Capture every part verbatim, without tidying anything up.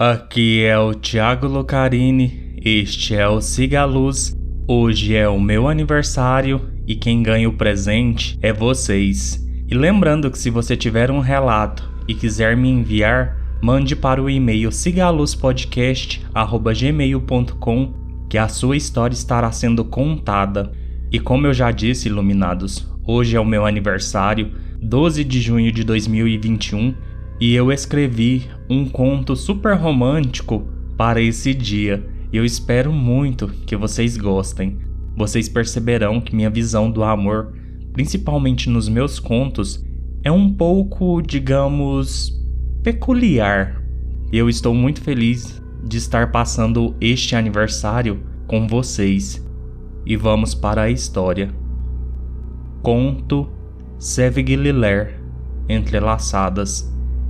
Aqui é o Thiago Lucarini, este é o Siga a Luz. Hoje é o meu aniversário e quem ganha o presente é vocês. E lembrando que se você tiver um relato e quiser me enviar, mande para o e-mail sigaluzpodcast arroba gmail ponto com que a sua história estará sendo contada. E como eu já disse, iluminados, hoje é o meu aniversário, doze de junho de dois mil e vinte e um, e eu escrevi um conto super romântico para esse dia. E eu espero muito que vocês gostem. Vocês perceberão que minha visão do amor, principalmente nos meus contos, é um pouco, digamos, peculiar. E eu estou muito feliz de estar passando este aniversário com vocês. E vamos para a história. Conto Sevgililer, Entrelaçadas.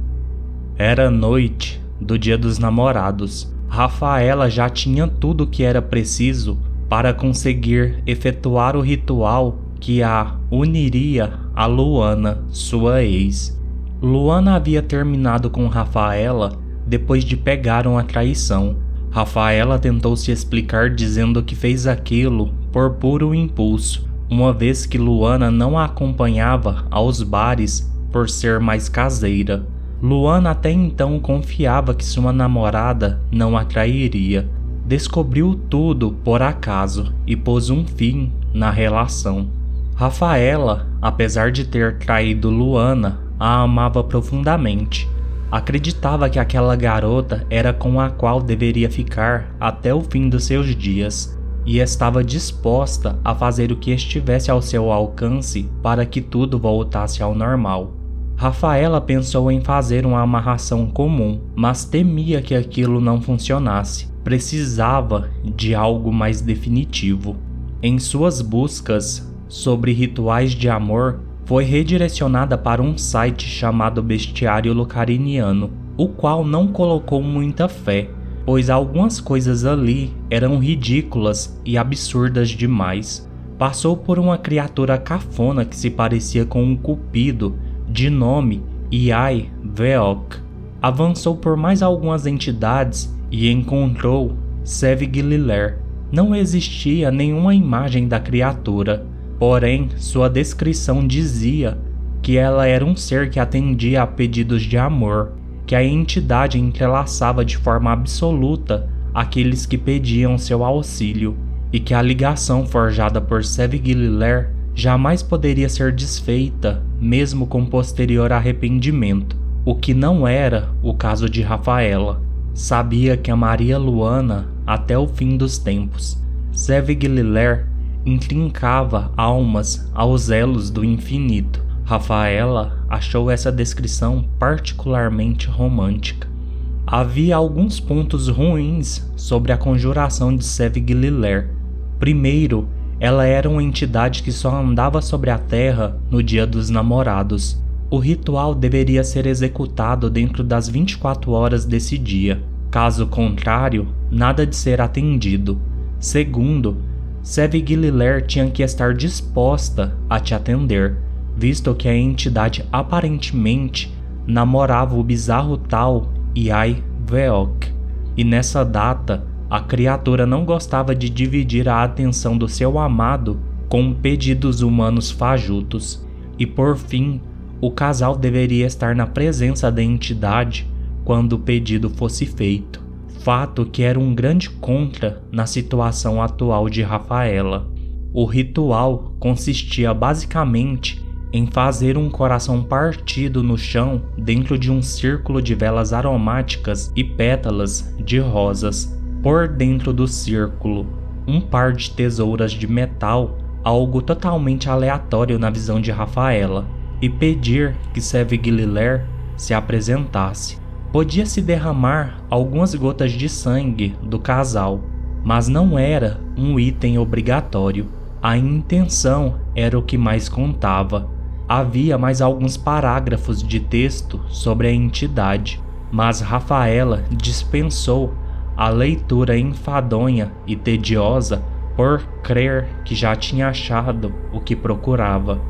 Era noite do Dia dos Namorados. Rafaela já tinha tudo o que era preciso para conseguir efetuar o ritual que a uniria a Luana, sua ex. Luana havia terminado com Rafaela depois de pegar uma traição. Rafaela tentou se explicar dizendo que fez aquilo por puro impulso, uma vez que Luana não a acompanhava aos bares por ser mais caseira. Luana até então confiava que sua namorada não a trairia. Descobriu tudo por acaso e pôs um fim na relação. Rafaela, apesar de ter traído Luana, a amava profundamente. Acreditava que aquela garota era com a qual deveria ficar até o fim dos seus dias e estava disposta a fazer o que estivesse ao seu alcance para que tudo voltasse ao normal. Rafaela pensou em fazer uma amarração comum, mas temia que aquilo não funcionasse. Precisava de algo mais definitivo. Em suas buscas sobre rituais de amor, foi redirecionada para um site chamado Bestiário Lucariniano, o qual não colocou muita fé, pois algumas coisas ali eram ridículas e absurdas demais. Passou por uma criatura cafona que se parecia com um cupido, de nome Iai Veok. Avançou por mais algumas entidades e encontrou Sevgililer. Não existia nenhuma imagem da criatura, porém sua descrição dizia que ela era um ser que atendia a pedidos de amor, que a entidade entrelaçava de forma absoluta aqueles que pediam seu auxílio, e que a ligação forjada por Sevgililer jamais poderia ser desfeita, mesmo com posterior arrependimento, o que não era o caso de Rafaela. Sabia que amaria Luana até o fim dos tempos. Sevgililer intrincava almas aos elos do infinito. Rafaela achou essa descrição particularmente romântica. Havia alguns pontos ruins sobre a conjuração de Sevgililer. Primeiro, ela era uma entidade que só andava sobre a terra no Dia dos Namorados. O ritual deveria ser executado dentro das vinte e quatro horas desse dia. Caso contrário, nada de ser atendido. Segundo, Sevgililer tinha que estar disposta a te atender, visto que a entidade aparentemente namorava o bizarro tal Iai Veok. E nessa data, a criatura não gostava de dividir a atenção do seu amado com pedidos humanos fajutos. E por fim, o casal deveria estar na presença da entidade quando o pedido fosse feito. Fato que era um grande contra na situação atual de Rafaela. O ritual consistia basicamente em fazer um coração partido no chão dentro de um círculo de velas aromáticas e pétalas de rosas. Por dentro do círculo, um par de tesouras de metal, algo totalmente aleatório na visão de Rafaela, e pedir que Sevgililer se apresentasse. Podia-se derramar algumas gotas de sangue do casal, mas não era um item obrigatório. A intenção era o que mais contava. Havia mais alguns parágrafos de texto sobre a entidade, mas Rafaela dispensou a leitura enfadonha e tediosa por crer que já tinha achado o que procurava.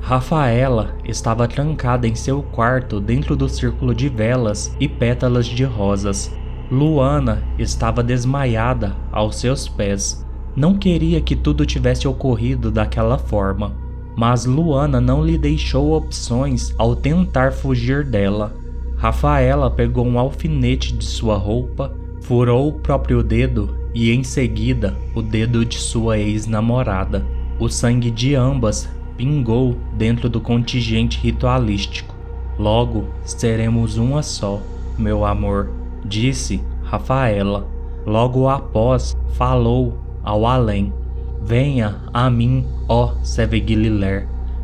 Rafaela estava trancada em seu quarto dentro do círculo de velas e pétalas de rosas. Luana estava desmaiada aos seus pés. Não queria que tudo tivesse ocorrido daquela forma, mas Luana não lhe deixou opções ao tentar fugir dela. Rafaela pegou um alfinete de sua roupa, furou o próprio dedo e em seguida o dedo de sua ex-namorada. O sangue de ambas pingou dentro do contingente ritualístico. Logo seremos uma só, meu amor, disse Rafaela. Logo após, falou ao além: venha a mim, ó Sevigililer,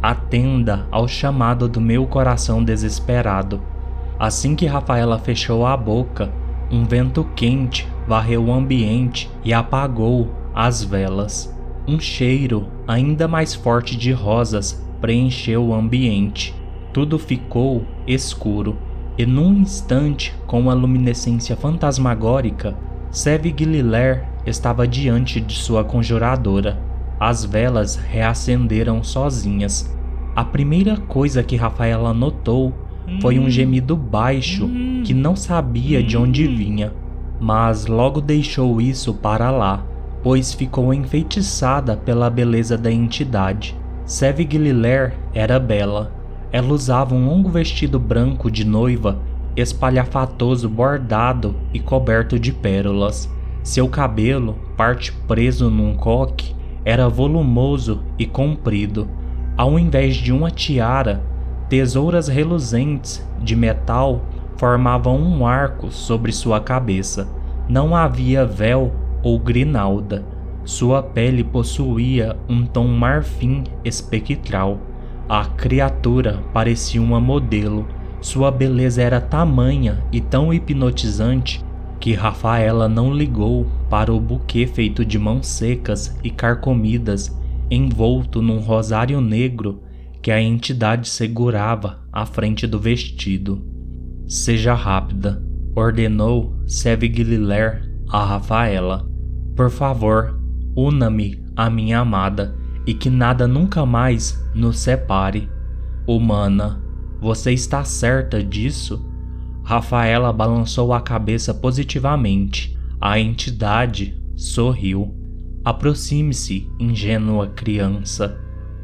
atenda ao chamado do meu coração desesperado. Assim que Rafaela fechou a boca, um vento quente varreu o ambiente e apagou as velas. Um cheiro ainda mais forte de rosas preencheu o ambiente. Tudo ficou escuro, e num instante, com uma luminescência fantasmagórica, Sevigililer estava diante de sua conjuradora. As velas reacenderam sozinhas. A primeira coisa que Rafaela notou foi um gemido baixo que não sabia de onde vinha, mas logo deixou isso para lá, pois ficou enfeitiçada pela beleza da entidade. Sevigililer era bela. Ela usava um longo vestido branco de noiva, espalhafatoso, bordado e coberto de pérolas. Seu cabelo, parte preso num coque, era volumoso e comprido. Ao invés de uma tiara, tesouras reluzentes de metal formavam um arco sobre sua cabeça. Não havia véu ou grinalda. Sua pele possuía um tom marfim espectral. A criatura parecia uma modelo. Sua beleza era tamanha e tão hipnotizante que Rafaela não ligou para o buquê feito de mãos secas e carcomidas, envolto num rosário negro que a entidade segurava à frente do vestido. Seja rápida, ordenou Sevigililer a Rafaela. Por favor, una-me à minha amada e que nada nunca mais nos separe. Humana, você está certa disso? Rafaela balançou a cabeça positivamente. A entidade sorriu. Aproxime-se, ingênua criança.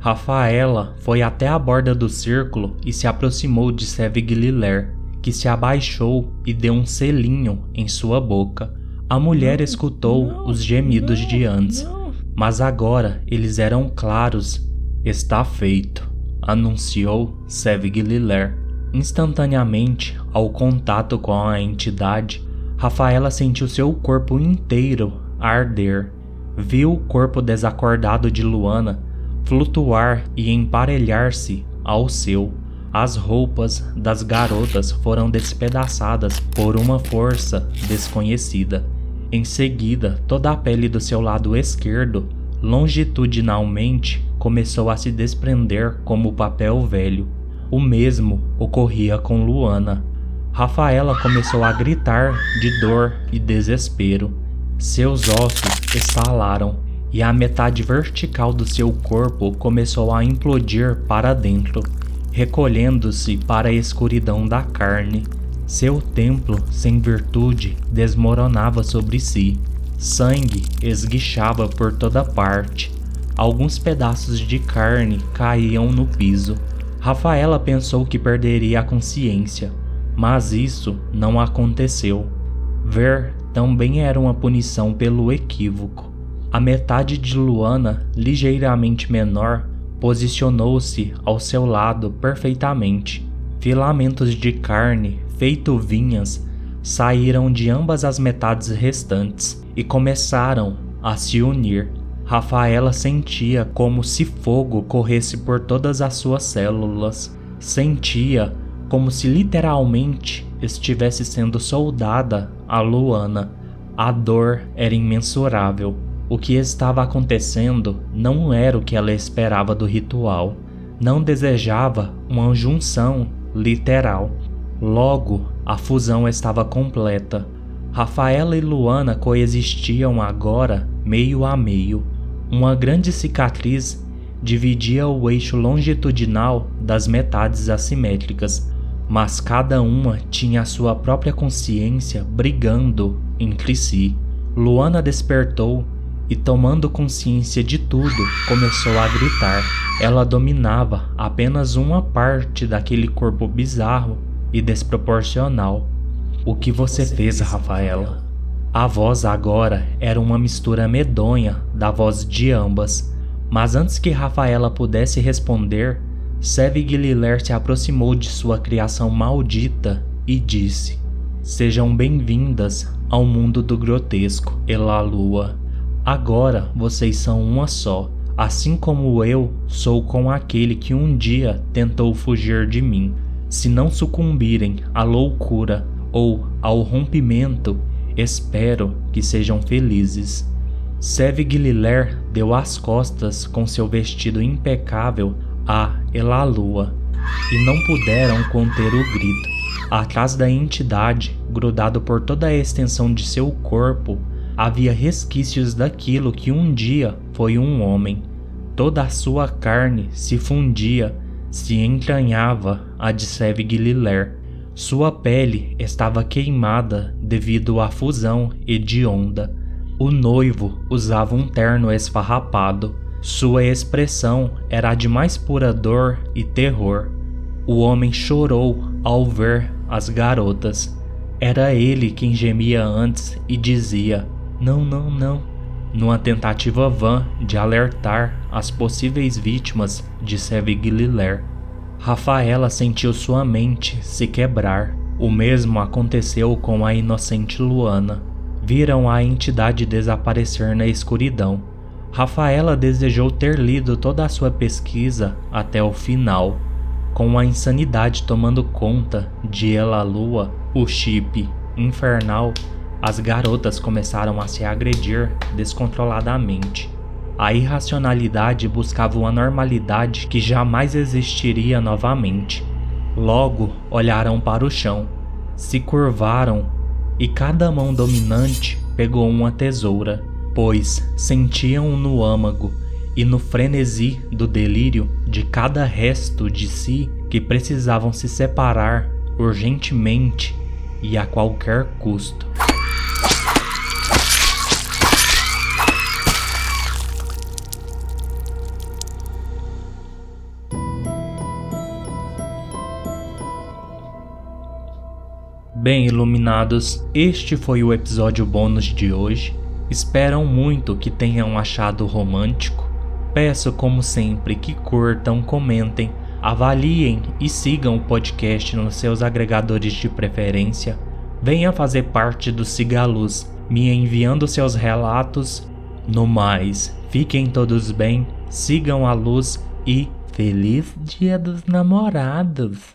Rafaela foi até a borda do círculo e se aproximou de Sevigililer, que se abaixou e deu um selinho em sua boca. A mulher escutou não, os gemidos não, de antes, não. Mas agora eles eram claros. Está feito, anunciou Sevigililer. Instantaneamente, ao contato com a entidade, Rafaela sentiu seu corpo inteiro arder. Viu o corpo desacordado de Luana flutuar e emparelhar-se ao seu. As roupas das garotas foram despedaçadas por uma força desconhecida. Em seguida, toda a pele do seu lado esquerdo, longitudinalmente, começou a se desprender como papel velho. O mesmo ocorria com Luana. Rafaela começou a gritar de dor e desespero. Seus ossos estalaram e a metade vertical do seu corpo começou a implodir para dentro, recolhendo-se para a escuridão da carne. Seu templo sem virtude desmoronava sobre si. Sangue esguichava por toda parte. Alguns pedaços de carne caíam no piso. Rafaela pensou que perderia a consciência, mas isso não aconteceu. Ver também era uma punição pelo equívoco. A metade de Luana, ligeiramente menor, posicionou-se ao seu lado perfeitamente. Filamentos de carne, feito vinhas, saíram de ambas as metades restantes e começaram a se unir. Rafaela sentia como se fogo corresse por todas as suas células. Sentia como se literalmente estivesse sendo soldada a Luana. A dor era imensurável. O que estava acontecendo não era o que ela esperava do ritual. Não desejava uma junção literal. Logo, a fusão estava completa. Rafaela e Luana coexistiam agora meio a meio. Uma grande cicatriz dividia o eixo longitudinal das metades assimétricas, mas cada uma tinha a sua própria consciência brigando entre si. Luana despertou e, tomando consciência de tudo, começou a gritar. Ela dominava apenas uma parte daquele corpo bizarro e desproporcional. O que você fez, Rafaela? A voz agora era uma mistura medonha da voz de ambas, mas antes que Rafaela pudesse responder, Sevig Liler se aproximou de sua criação maldita e disse: Sejam bem-vindas ao mundo do grotesco, Elalua. Agora vocês são uma só, assim como eu sou com aquele que um dia tentou fugir de mim. Se não sucumbirem à loucura ou ao rompimento, espero que sejam felizes. Sevig Liler deu as costas com seu vestido impecável a Elalua e não puderam conter o grito. Atrás da entidade, grudado por toda a extensão de seu corpo, havia resquícios daquilo que um dia foi um homem. Toda a sua carne se fundia, se entranhava a de Sevig Liler. Sua pele estava queimada devido à fusão hedionda. O noivo usava um terno esfarrapado. Sua expressão era a de mais pura dor e terror. O homem chorou ao ver as garotas. Era ele quem gemia antes e dizia: não, não, não, numa tentativa vã de alertar as possíveis vítimas de Sevig Liler. Rafaela sentiu sua mente se quebrar. O mesmo aconteceu com a inocente Luana. Viram a entidade desaparecer na escuridão. Rafaela desejou ter lido toda a sua pesquisa até o final. Com a insanidade tomando conta de Elalua, o chip infernal, as garotas começaram a se agredir descontroladamente. A irracionalidade buscava uma normalidade que jamais existiria novamente. Logo olharam para o chão, se curvaram e cada mão dominante pegou uma tesoura, pois sentiam no âmago e no frenesi do delírio de cada resto de si que precisavam se separar urgentemente e a qualquer custo. Bem, iluminados, este foi o episódio bônus de hoje. Espero muito que tenham achado romântico. Peço, como sempre, que curtam, comentem, avaliem e sigam o podcast nos seus agregadores de preferência. Venha fazer parte do Siga a Luz, me enviando seus relatos. No mais, fiquem todos bem, sigam a luz e Feliz Dia dos Namorados!